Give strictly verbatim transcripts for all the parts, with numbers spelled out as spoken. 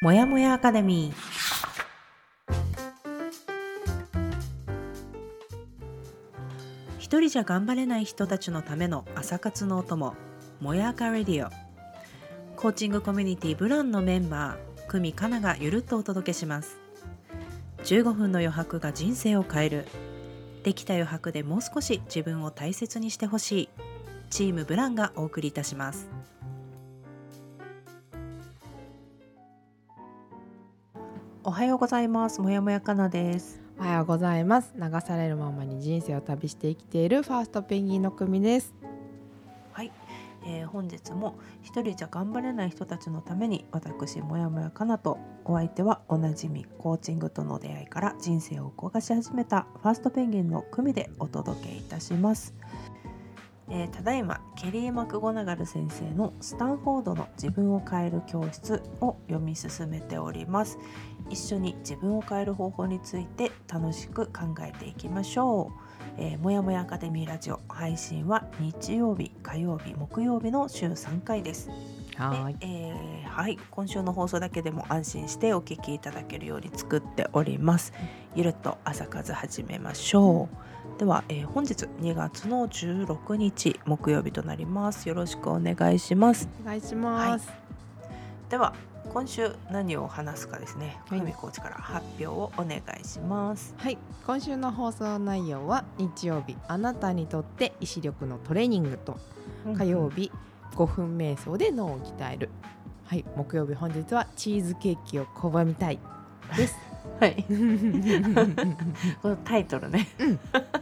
もやもやアカデミー。一人じゃ頑張れない人たちのための朝活のお供、もやアカレディオ。コーチングコミュニティブランのメンバー久美かながゆるっとお届けします。じゅうごふんの余白が人生を変える。できた余白でもう少し自分を大切にしてほしい。チームブランがお送りいたします。おはようございます。もやもやかなです。 おはようございます。流されるままに人生を旅して生きているファーストペンギンの久美です。 はい、えー、本日も一人じゃ頑張れない人たちのために、私もやもやかなと、お相手はおなじみコーチングとの出会いから人生を動かし始めたファーストペンギンの久美でお届けいたします。えー、ただいまケリー・マクゴナガル先生のスタンフォードの自分を変える教室を読み進めております。一緒に自分を変える方法について楽しく考えていきましょう。えー、もやもやアカデミーラジオ配信は日曜日、火曜日、木曜日の週さんかいです。 はい、 でえーはい、今週の放送だけでも安心してお聞きいただけるように作っております。ゆるっと朝活始めましょう。では、えー、本日にがつのじゅうろくにち木曜日となります。よろしくお願いします。 お願いします。 はい、では今週何を話すかですね。 はい久美コーチから発表をお願いします。 はい、今週の放送内容は日曜日あなたにとって意志力のトレーニングと、火曜日ごふん瞑想で脳を鍛える、はい、木曜日本日はチーズケーキを拒みたいですはいこのタイトルね、うん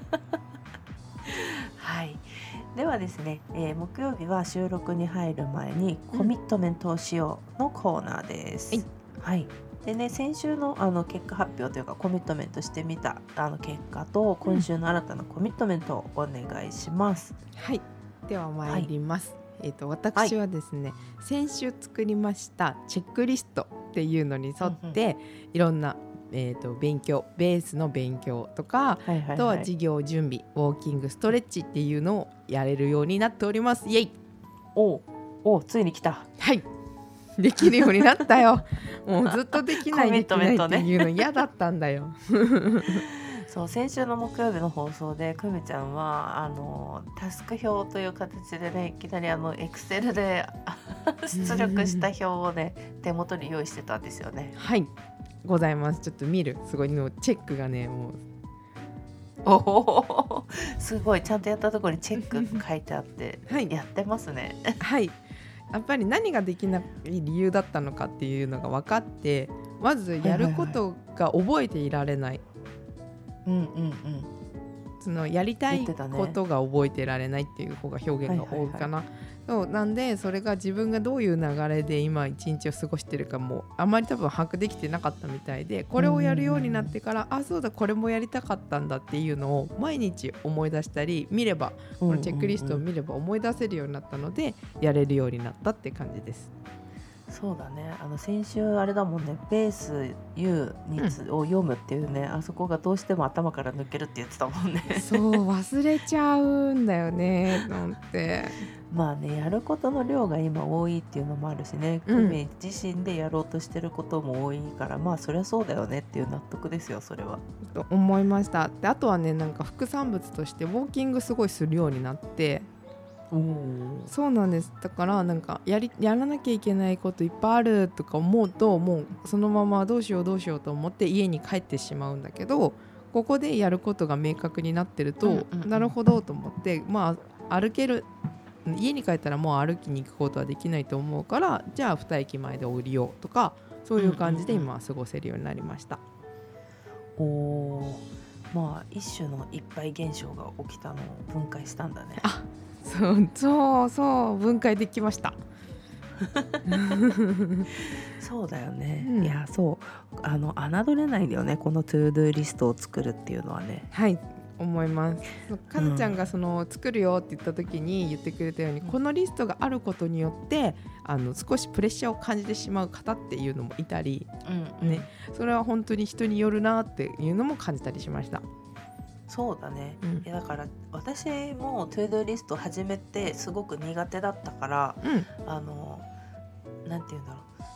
はい、ではですね、えー、木曜日は収録に入る前にコミットメントをしようのコーナーです、うんはい、でね、先週 の, あの結果発表というかコミットメントしてみたあの結果と今週の新たなコミットメントをお願いします、 うん、はい、では参ります、はい、えーと、私はですね、はい、先週作りましたチェックリストっていうのに沿って、うんうん、いろんなえー、と勉強ベースの勉強とか、はいはいはい、あとは授業準備ウォーキングストレッチっていうのをやれるようになっております。イエイ。 おおついに来た。 はいできるようになったよもうずっとできないできないっていうの嫌だったんだよそう、先週の木曜日の放送で久美ちゃんはあのタスク表という形でね、いきなりあのエクセルで出力した表をね手元に用意してたんですよね。 はいございます。ちょっと見るすごいのチェックがねもうおおすごいちゃんとやったところにチェック書いてあってやってますねはいやっぱり何ができない理由だったのかっていうのが分かって、まずやることが覚えていられない、 うんうんうん、 そのやりたいことが覚えてられないっていう方が表現が多いかな、はいはいはい、そうなんでそれが自分がどういう流れで今一日を過ごしてるかもあまり多分把握できてなかったみたいで、これをやるようになってから、あそうだこれもやりたかったんだっていうのを毎日思い出したり見れば、このチェックリストを見れば思い出せるようになったのでやれるようになったって感じです。 そうだね、あの先週あれだもんね、ベース U につを読むっていうね、うん、あそこがどうしても頭から抜けるって言ってたもんねそう忘れちゃうんだよねなんてまあね、やることの量が今多いっていうのもあるしね、久美自身でやろうとしてることも多いから、うん、まあそりゃそうだよねっていう納得ですよ、それはと思いました。であとはね、なんか副産物としてウォーキングすごいするようになって、そうなんです。だからなんかやりやらなきゃいけないこといっぱいあるとか思うと、もうそのままどうしようどうしようと思って家に帰ってしまうんだけど、ここでやることが明確になってると、うんうんうん、なるほどと思って、まあ歩ける、家に帰ったらもう歩きに行くことはできないと思うから、じゃあに駅前で降りようとか、そういう感じで今は過ごせるようになりました。 うんうんうん、おまあ一種のいっぱい現象が起きたのを分解したんだね。 あそうそうそう分解できましたそうだよね、うん、いやそうあの侮れないんだよね、このトゥードゥーリストを作るっていうのはね。 はい思います。かなちゃんがその作るよって言った時に言ってくれたように、うん、このリストがあることによってあの少しプレッシャーを感じてしまう方っていうのもいたり、うんね、それは本当に人によるなっていうのも感じたりしました。 そうだね、うん、いやだから私もトゥードゥーリスト始めてすごく苦手だったから、うん、あのなんていうんだろう、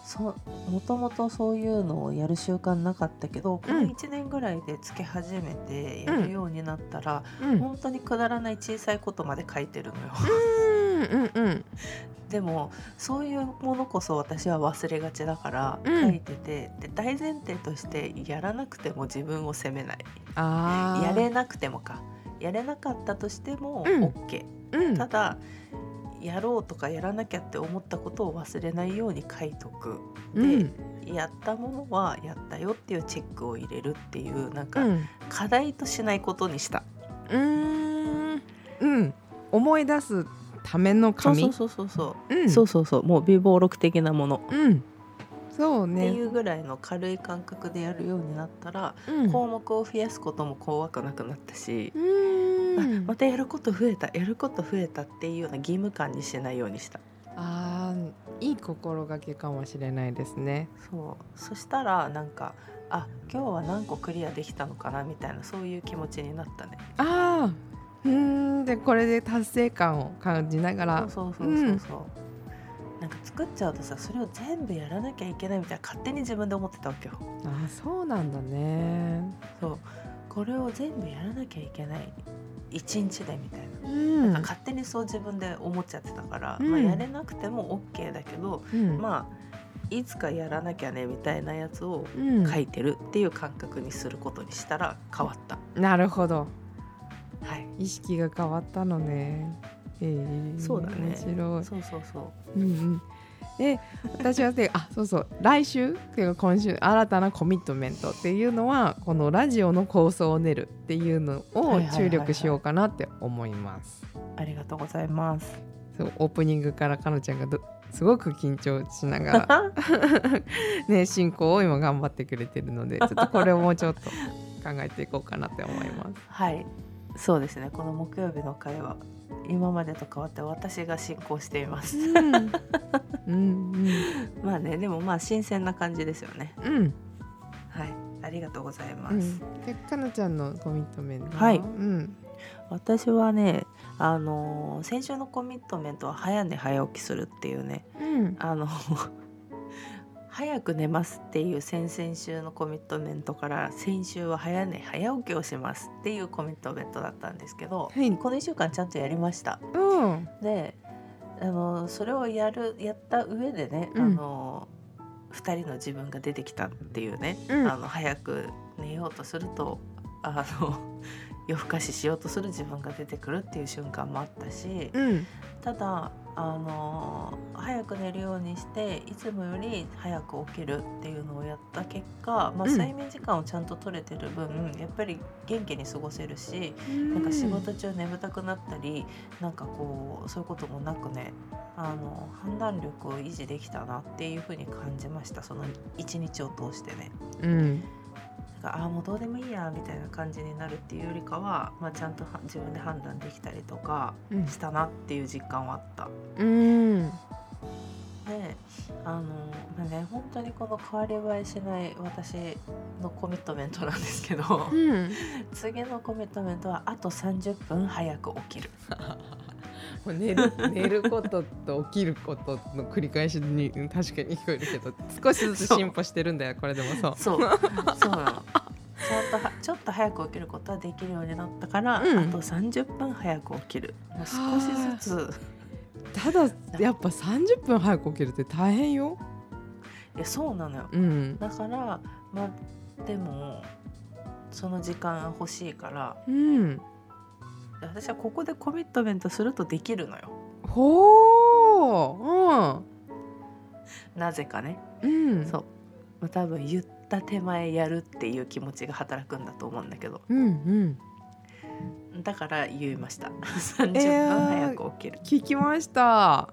そうもともとそういうのをやる習慣なかったけど、このうんいちねんぐらいでつけ始めてやるようになったら、 うん本当にくだらない小さいことまで書いてるのよ。 うんうんでもそういうものこそ私は忘れがちだからうん書いてて、で大前提としてやらなくても自分を責めない。 あーやれなくてもかやれなかったとしてもうん OK、 うんただやろうとかやらなきゃって思ったことを忘れないように書いとく。で、 うんやったものはやったよっていうチェックを入れるっていうなんかうん課題としないことにした。 うーんうん思い出すための紙。 そうそうそうそうそう、 うんそうそうそう、もう備忘録的なものうんそうってねいうぐらいの軽い感覚でやるようになったら、 うん項目を増やすことも怖くなくなったし、 うーんあまたやること増えたやること増えたっていうような義務感にしないようにした。 あーいい心がけかもしれないですね。 そうそしたらなんかあ今日は何個クリアできたのかなみたいなそういう気持ちになったね。 ああうーんでこれで達成感を感じながらそうそうそうそうそう、なんか作っちゃうとさそれを全部やらなきゃいけないみたいな勝手に自分で思ってたわけよ。 あーそうなんだね。 そうこれを全部やらなきゃいけない一日でみたいな、 うんなんか勝手にそう自分で思っちゃってたから、 うんまあ、やれなくても OK だけど、 うんまあいつかやらなきゃねみたいなやつをうん書いてるっていう感覚にすることにしたら変わった。 なるほどはい意識が変わったのね。えー、 そうだね面白い。 そうそうそううんうんで私はねあそうそう来週っていうか今週新たなコミットメントっていうのはこのラジオの構想を練るっていうのを注力しようかなって思います。 ありがとうございます。 そうオープニングからかのちゃんがどすごく緊張しながらね進行を今頑張ってくれてるのでちょっとこれをもうちょっと考えていこうかなって思います。 はいそうですね、この木曜日の会は今までと変わって私が進行していますうんうんうんまあねでもまあ新鮮な感じですよね。 うんはいありがとうございます、 うんでかなちゃんのコミットメントはいうん私はねあのー先週のコミットメントは早寝早起きするっていうねうんあの早く寝ますっていう先々週のコミットメントから先週は早寝早起きをしますっていうコミットメントだったんですけど、 はいこのいっしゅうかんちゃんとやりました。 うんであのそれをやるやった上でね、 うんあのふたりの自分が出てきたっていうね、 うんあの早く寝ようとするとあの夜更かししようとする自分が出てくるっていう瞬間もあったし、 うんただあの早く寝るようにしていつもより早く起きるっていうのをやった結果、まあ、 うん睡眠時間をちゃんと取れてる分、やっぱり元気に過ごせるし、なんか仕事中眠たくなったりなんかこうそういうこともなくねあの判断力を維持できたなっていうふうに感じました。その一日を通してねうんなんかあーもうどうでもいいやみたいな感じになるっていうよりかは、まあ、ちゃんとは自分で判断できたりとかうんしたなっていう実感はあった。 うんであの、まあね、本当にこの変わり映えしない私のコミットメントなんですけどうん次のコミットメントはあとさんじゅっぷん早く起きる。 もう寝る寝ることと起きることの繰り返しに確かに聞こえるけど少しずつ進歩してるんだよこれでもそうそうそうなのちゃんとはちょっと早く起きることはできるようになったから、 うんあとさんじゅっぷん早く起きる。もう少しずつただやっぱさんじゅっぷん早く起きるって大変よ。 いやそうなのよ。 うんだからまあでもその時間欲しいからうん私はここでコミットメントするとできるのよ。 ほーなぜかね。 うんうんそう、まあ、多分言った手前やるっていう気持ちが働くんだと思うんだけど、 うんうんだから言いましたさんじゅっぷん早く起きる、 聞きました。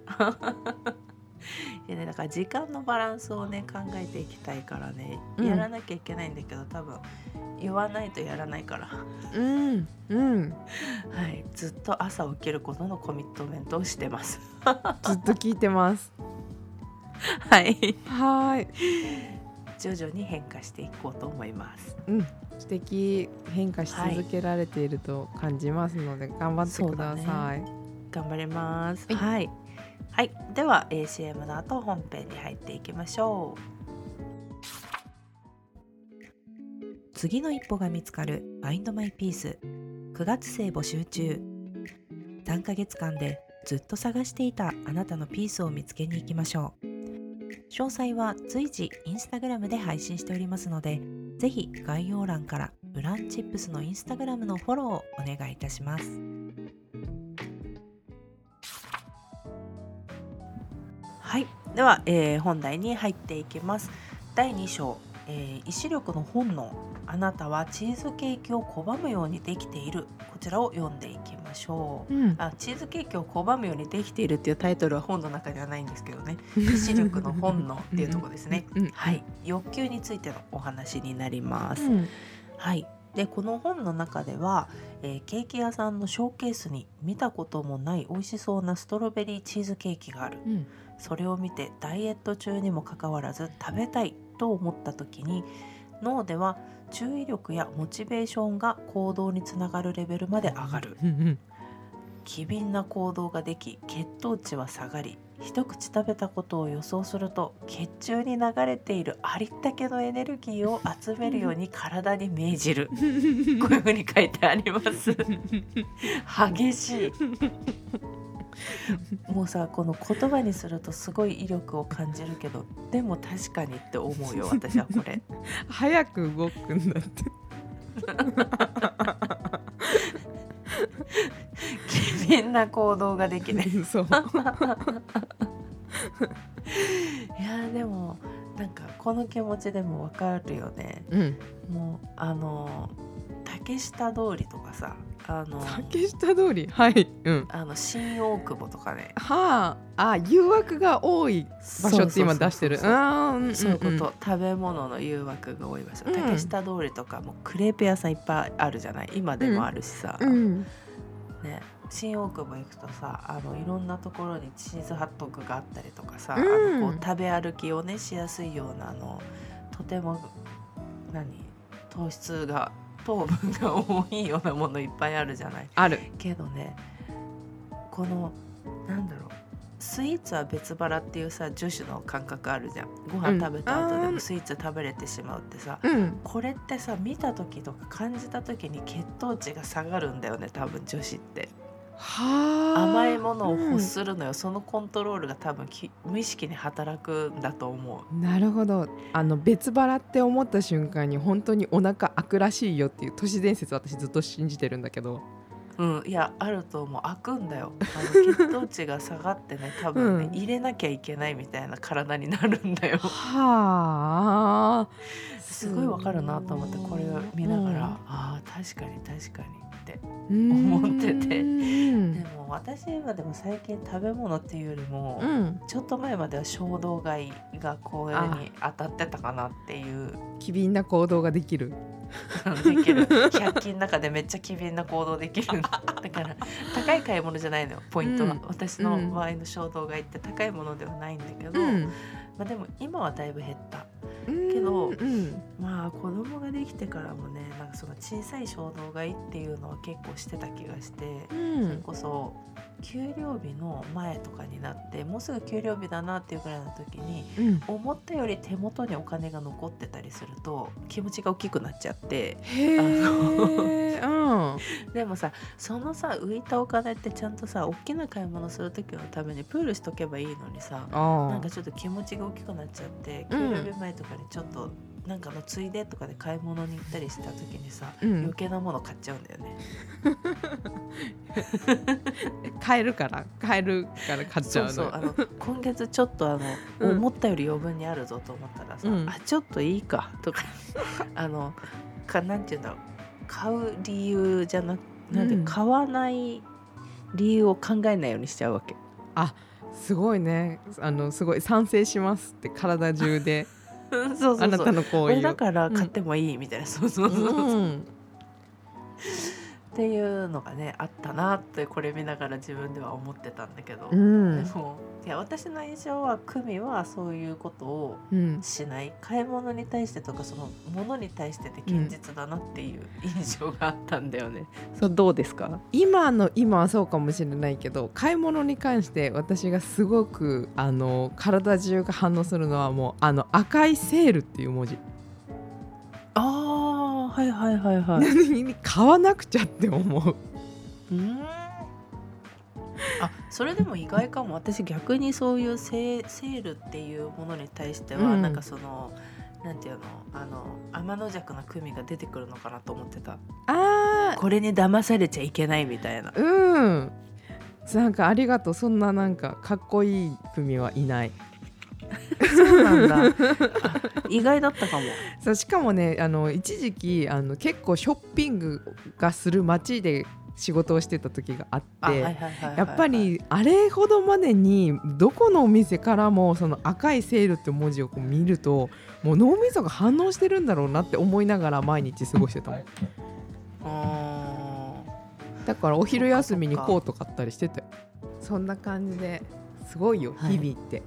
いやね、だから時間のバランスをね考えていきたいからねうんやらなきゃいけないんだけど、多分言わないとやらないからうんうんはいずっと朝起きることのコミットメントをしてますずっと聞いてますはいはーい徐々に変化していこうと思います。 うん素敵変化し続けられていると感じますので、頑張ってください。 頑張ります。 はいはい、 はい、では エーシーエム の後本編に入っていきましょう。次の一歩が見つかる Find My Peace くがつ生募集中。さんかげつかんでずっと探していたあなたのピースを見つけに行きましょう。詳細は随時インスタグラムで配信しておりますので、ぜひ概要欄からウランチップスのインスタグラムのフォローをお願いいたします。はい、では、えー、本題に入っていきます。だいに章、えー、意志力の本能、あなたはチーズケーキを拒むようにできている。こちらを読んでいきましょう、うん、あチーズケーキを拒むようにできているっていうタイトルは本の中にはないんですけどね意志力の本能っていうところですねはい、欲求についてのお話になります、うん、はい。でこの本の中では、えー、ケーキ屋さんのショーケースに見たこともない美味しそうなストロベリーチーズケーキがある、うん、それを見てダイエット中にもかかわらず食べたいと思った時に、脳では注意力やモチベーションが行動につながるレベルまで上がる機敏な行動ができ、血糖値は下がり、一口食べたことを予想すると血中に流れているありったけのエネルギーを集めるように体に命じるこういうふうに書いてあります激しいもうさ、この言葉にするとすごい威力を感じるけど、でも確かにって思うよ私はこれ早く動くんだって機敏な行動ができないそういやでもなんかこの気持ちでもわかるよね、うん、もうあの竹下通りとかさ、あの竹下通り、はい、うん、 あの新大久保とかね、 はあ、あ、誘惑が多い場所って今出してる、 そういうこと、食べ物の誘惑が多い場所、うん、竹下通りとかもクレープ屋さんいっぱいあるじゃない、今でもあるしさ、うん、ね、新大久保行くとさ、あのいろんなところにチーズハットグがあったりとかさ、うん、あのこう食べ歩きをねしやすいような、あのとても何糖質が糖分が多いようなものいっぱいあるじゃない。 あるけどね、このなんだろう、スイーツは別腹っていうさ女子の感覚あるじゃん。ご飯食べた後でもスイーツ食べれてしまうってさ、うん、これってさ見た時とか感じた時に血糖値が下がるんだよね、多分女子って。は甘いものを欲するのよ、うん、そのコントロールが多分き無意識に働くんだと思う。 なるほど。あの別腹って思った瞬間に本当にお腹開くらしいよっていう都市伝説、私ずっと信じてるんだけど、 うん、いやあると思う。開くんだよ、あの血糖値が下がってね多分ね、うん、入れなきゃいけないみたいな体になるんだよ。はあ、すごいわかるなと思って、これを見ながら、うん、ああ確かに確かにって思ってて、でも私はでも最近食べ物っていうよりも、うん、ちょっと前までは衝動買いがこれに当たってたかなっていう。 機敏な行動ができるできるひゃく均の中でめっちゃ機敏な行動できるだから高い買い物じゃないのよポイントは、うん、私の場合の衝動買いって高いものではないんだけど、うん、まあ、でも今はだいぶ減ったけど、うん、まあ子供ができてからもね、なんかその小さい衝動買いっていうのは結構してた気がして、うん、それこそ給料日の前とかになってもうすぐ給料日だなっていうくらいの時に、うん、思ったより手元にお金が残ってたりすると気持ちが大きくなっちゃって、へーあの、うん、でもさそのさ浮いたお金ってちゃんとさ大きな買い物する時のためにプールしとけばいいのにさ、なんかちょっと気持ちが大きくなっちゃって給料日前とかにちょっとなんかのついでとかで買い物に行ったりした時にさ、うん、余計なもの買っちゃうんだよね買えるから買えるから買っちゃうの。 そうそう、あの今月ちょっとあの、うん、思ったより余分にあるぞと思ったらさ、うん、あちょっといいかとかあのかなんていうんだろう、買う理由じゃなくなんで、うん、買わない理由を考えないようにしちゃうわけ。 あ、すごいね、あのすごい賛成しますって体中でそうそうそう、あなたの行為をだから買ってもいいみたいな、うん、そうそうそうそう、うん、っっていうのがねあったなってこれ見ながら自分では思ってたんだけど、 うん、 でもいや私の印象は久美はそういうことをしない、うん、買い物に対してとかその物に対してで堅実だなっていう印象があったんだよね、うん、そうどうですか？ 今の今はそうかもしれないけど、買い物に関して私がすごくあの体中が反応するのはもうあの赤いセールっていう文字。 ああはいはいはいはい。 買わなくちゃって思う。 うん。あ、それでも意外かも。私逆にそういうセー、セールっていうものに対しては、うん、なんかそのなんていうの、あの天の弱な久美が出てくるのかなと思ってた。あー、これに騙されちゃいけないみたいな。 うん。なんかありがとう。そんななんかかっこいい久美はいない。 そうなんだ。意外だったかも。 そうしかもね、あの一時期あの結構ショッピングがする街で仕事をしてた時があって、やっぱりあれほどまでにどこのお店からもその赤いセールって文字をこう見るともう脳みそが反応してるんだろうなって思いながら毎日過ごしてたもん。あー、だからお昼休みにコート買ったりしてたよ。そんな感じですごいよ、日々って、はい、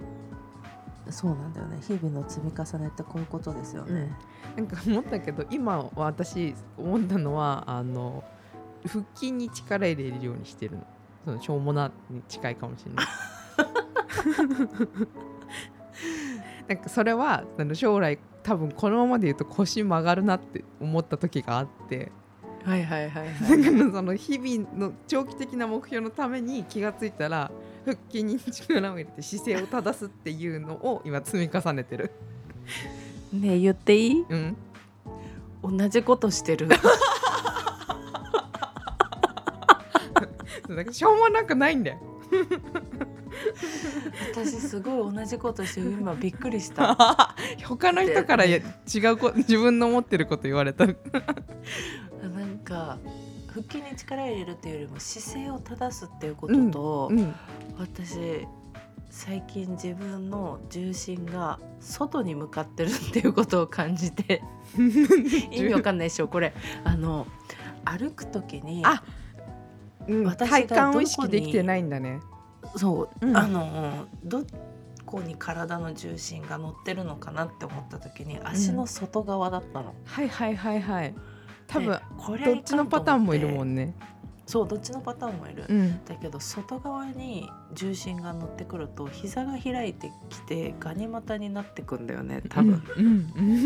そうなんだよね。日々の積み重ねってこういうことですよね、 うん、なんか思ったけど今私思ったのはあの腹筋に力入れるようにしてるの。そのしょうもなに近いかもしれないなんかそれはあの将来多分このままで言うと腰曲がるなって思った時があって、 はいはいはいはい、 その日々の長期的な目標のために気がついたら腹筋に力を入れて姿勢を正すっていうのを今積み重ねてる。 ねえ言っていい？ うん、 同じことしてるだからしょうもなくないんだよ私すごい同じことして今びっくりした他の人から違うこ自分の思ってること言われたなんか腹筋に力入れるっていうよりも姿勢を正すっていうことと、うんうん、私最近自分の重心が外に向かってるっていうことを感じて意味わかんないでしょこれ。あの歩くときにあうん、体幹を意識できてないんだね。 そう、うん、あのどこに体の重心が乗ってるのかなって思った時に足の外側だったの、うん、 はいはいはいはい。多分これどっちのパターンもいるもんね。 そうどっちのパターンもいる、うん、だけど外側に重心が乗ってくると膝が開いてきてガニ股になってくんだよね多分、うんうん、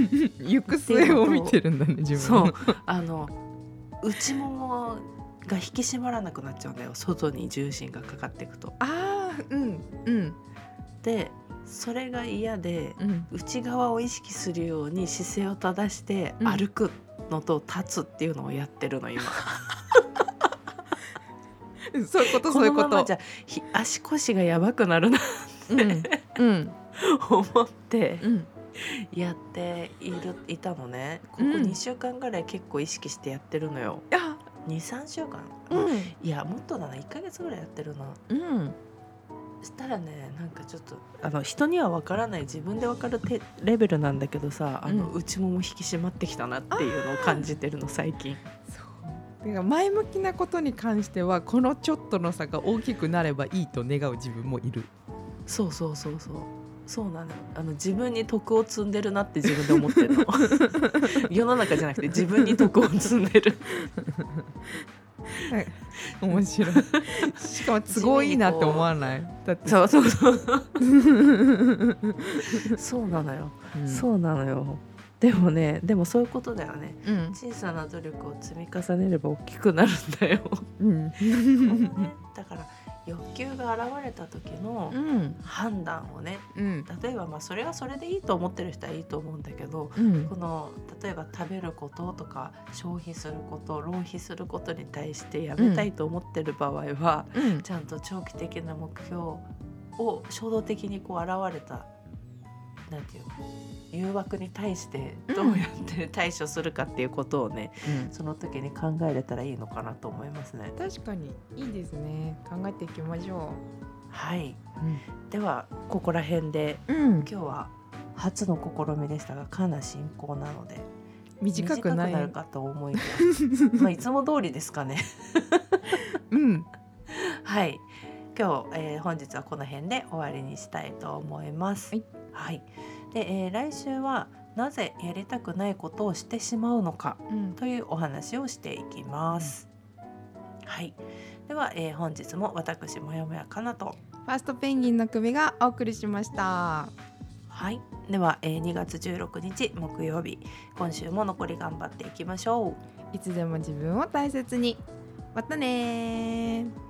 行く末を見てるんだね自分。 そうあの内ももが引き締まらなくなっちゃうんだよ外に重心がかかっていくと。 あーうんうんでそれが嫌で、うん、内側を意識するように姿勢を正して歩くのと立つっていうのをやってるの今そういうことそういうこと。このままじゃ足腰がやばくなるなって、うんうん、思ってやっているいたのね。ここにしゅうかんぐらい結構意識してやってるのよ。にさんしゅうかん、うん、いやもっとだな、いっかげつぐらいやってるな、うん、したらねなんかちょっとあの人には分からない自分で分かるレベルなんだけどさ、あの、うん、内もも引き締まってきたなっていうのを感じてるの最近。 そうだ前向きなことに関してはこのちょっとの差が大きくなればいいと願う自分もいる。 そうそうそうそうそうなの。あの自分に徳を積んでるなって自分で思ってるの世の中じゃなくて自分に徳を積んでるはい、面白い。しかも都合いいなって思わない？だってそうそうそうそうなのよ、うん、そうなのよ。でもねでもそういうことだよね、うん、小さな努力を積み重ねれば大きくなるんだよ、うんね、だから欲求が現れた時の判断をね、うん、例えばまあそれはそれでいいと思ってる人はいいと思うんだけど、うん、この例えば食べることとか消費すること浪費することに対してやめたいと思ってる場合は、うん、ちゃんと長期的な目標を衝動的にこう現れたなんていうの誘惑に対してどうやって対処するかっていうことをね、うん、その時に考えれたらいいのかなと思いますね。 確かにいいですね。考えていきましょう。 はい、うん、ではここら辺で、うん、今日は初の試みでしたがかな進行なので短くない短くなるかと思いますまあいつも通りですかねうんはい今日、えー、本日はこの辺で終わりにしたいと思います。 はい、 はい、で、えー、来週はなぜやりたくないことをしてしまうのかというお話をしていきます。うん、はい、では、えー、本日も私もやもやかなとファーストペンギンの首がお送りしました。 はい、では、えー、にがつじゅうろくにち木曜日、今週も残り頑張っていきましょう。 いつでも自分を大切に。またね。